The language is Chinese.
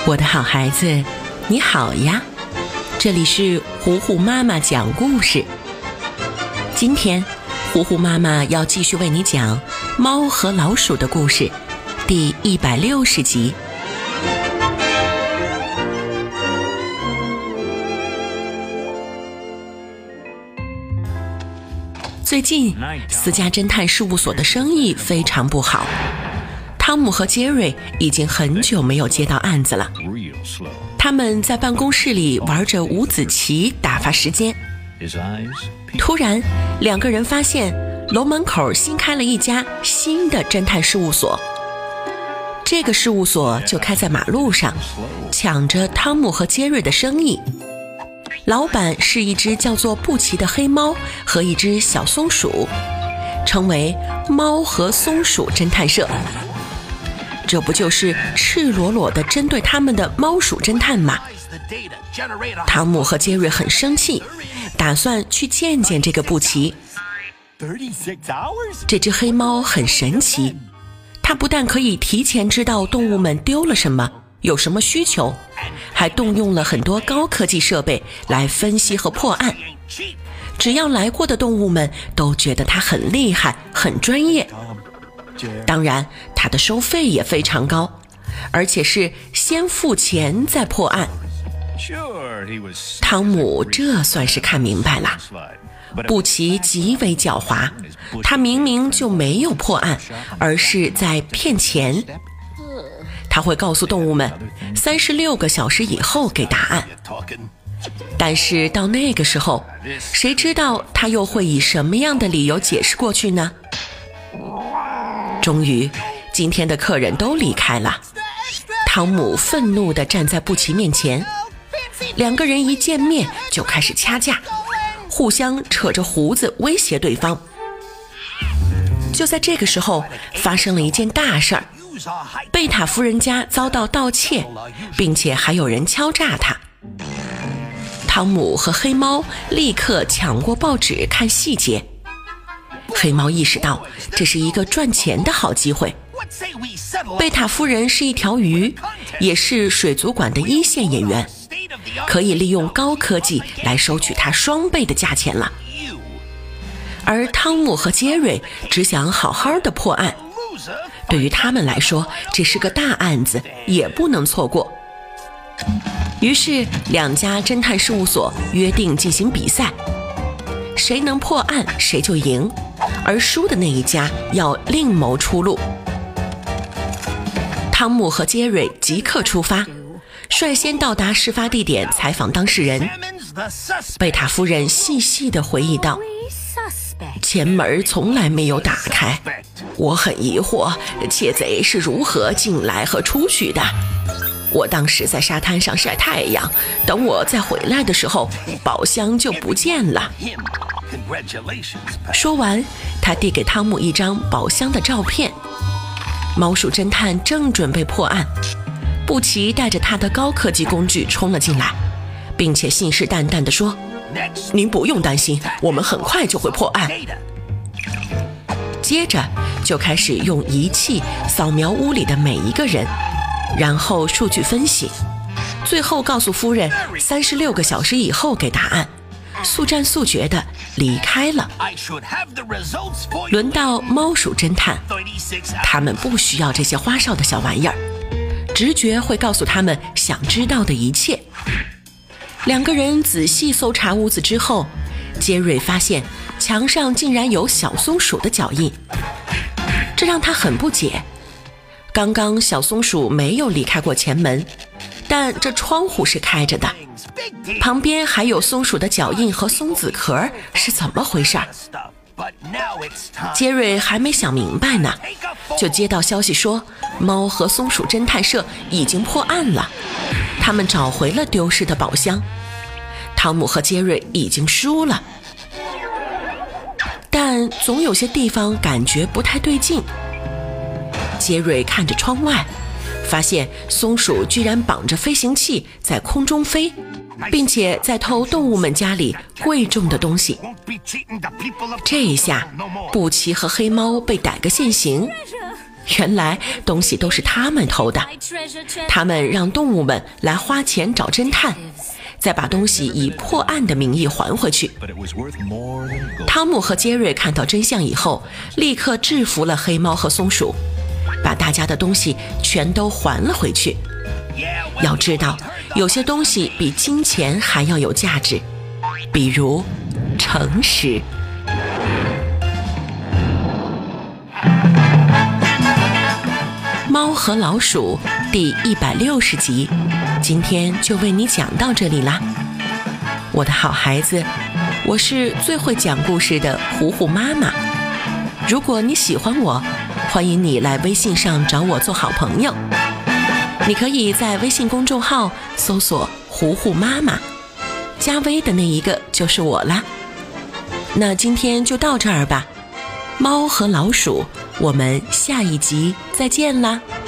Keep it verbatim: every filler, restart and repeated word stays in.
我的好孩子，你好呀，这里是虎虎妈妈讲故事。今天虎虎妈妈要继续为你讲猫和老鼠的故事，第一百六十集。最近私家侦探事务所的生意非常不好，汤姆和杰瑞已经很久没有接到案子了。他们在办公室里玩着五子棋打发时间。突然两个人发现楼门口新开了一家新的侦探事务所，这个事务所就开在马路上，抢着汤姆和杰瑞的生意。老板是一只叫做布奇的黑猫和一只小松鼠，称为猫和松鼠侦探社。这不就是赤裸裸地针对他们的猫鼠侦探吗？汤姆和杰瑞很生气，打算去见见这个布奇。这只黑猫很神奇，它不但可以提前知道动物们丢了什么，有什么需求，还动用了很多高科技设备来分析和破案。只要来过的动物们都觉得它很厉害，很专业。当然他的收费也非常高，而且是先付钱再破案。汤姆这算是看明白了，布奇极为狡猾，他明明就没有破案，而是在骗钱。他会告诉动物们三十六个小时以后给答案，但是到那个时候，谁知道他又会以什么样的理由解释过去呢？终于今天的客人都离开了，汤姆愤怒地站在布奇面前，两个人一见面就开始掐架，互相扯着胡子威胁对方。就在这个时候发生了一件大事儿，贝塔夫人家遭到盗窃，并且还有人敲诈他。汤姆和黑猫立刻抢过报纸看细节。黑猫意识到这是一个赚钱的好机会。贝塔夫人是一条鱼，也是水族馆的一线演员，可以利用高科技来收取她双倍的价钱了。而汤姆和杰瑞只想好好的破案，对于他们来说这是个大案子，也不能错过。于是两家侦探事务所约定进行比赛，谁能破案谁就赢，而输的那一家要另谋出路。汤姆和杰瑞即刻出发，率先到达事发地点采访当事人。贝塔夫人细细地回忆道，前门从来没有打开，我很疑惑窃贼是如何进来和出去的。我当时在沙滩上晒太阳，等我再回来的时候，宝箱就不见了。说完，他递给汤姆一张宝箱的照片。猫鼠侦探正准备破案，布奇带着他的高科技工具冲了进来，并且信誓旦旦地说，您不用担心，我们很快就会破案。接着就开始用仪器扫描屋里的每一个人，然后数据分析，最后告诉夫人三十六个小时以后给答案，速战速决地离开了。轮到猫鼠侦探，他们不需要这些花哨的小玩意儿，直觉会告诉他们想知道的一切。两个人仔细搜查屋子之后，杰瑞发现墙上竟然有小松鼠的脚印，这让他很不解。刚刚小松鼠没有离开过前门，但这窗户是开着的，旁边还有松鼠的脚印和松子壳，是怎么回事？杰瑞还没想明白呢，就接到消息说猫和松鼠侦探社已经破案了，他们找回了丢失的宝箱。汤姆和杰瑞已经输了，但总有些地方感觉不太对劲。杰瑞看着窗外，发现松鼠居然绑着飞行器在空中飞，并且在偷动物们家里贵重的东西。这一下布奇和黑猫被逮个现行， 原来东西都是他们偷的，他们让动物们来花钱找侦探，再把东西以破案的名义还回去。汤姆和杰瑞看到真相以后，立刻制服了黑猫和松鼠，把大家的东西全都还了回去。要知道，有些东西比金钱还要有价值，比如诚实。猫和老鼠第一百六十集，今天就为你讲到这里啦。我的好孩子，我是最会讲故事的糊糊妈妈。如果你喜欢我，欢迎你来微信上找我做好朋友。你可以在微信公众号搜索糊糊妈妈，加微的那一个就是我啦。那今天就到这儿吧，猫和老鼠，我们下一集再见啦。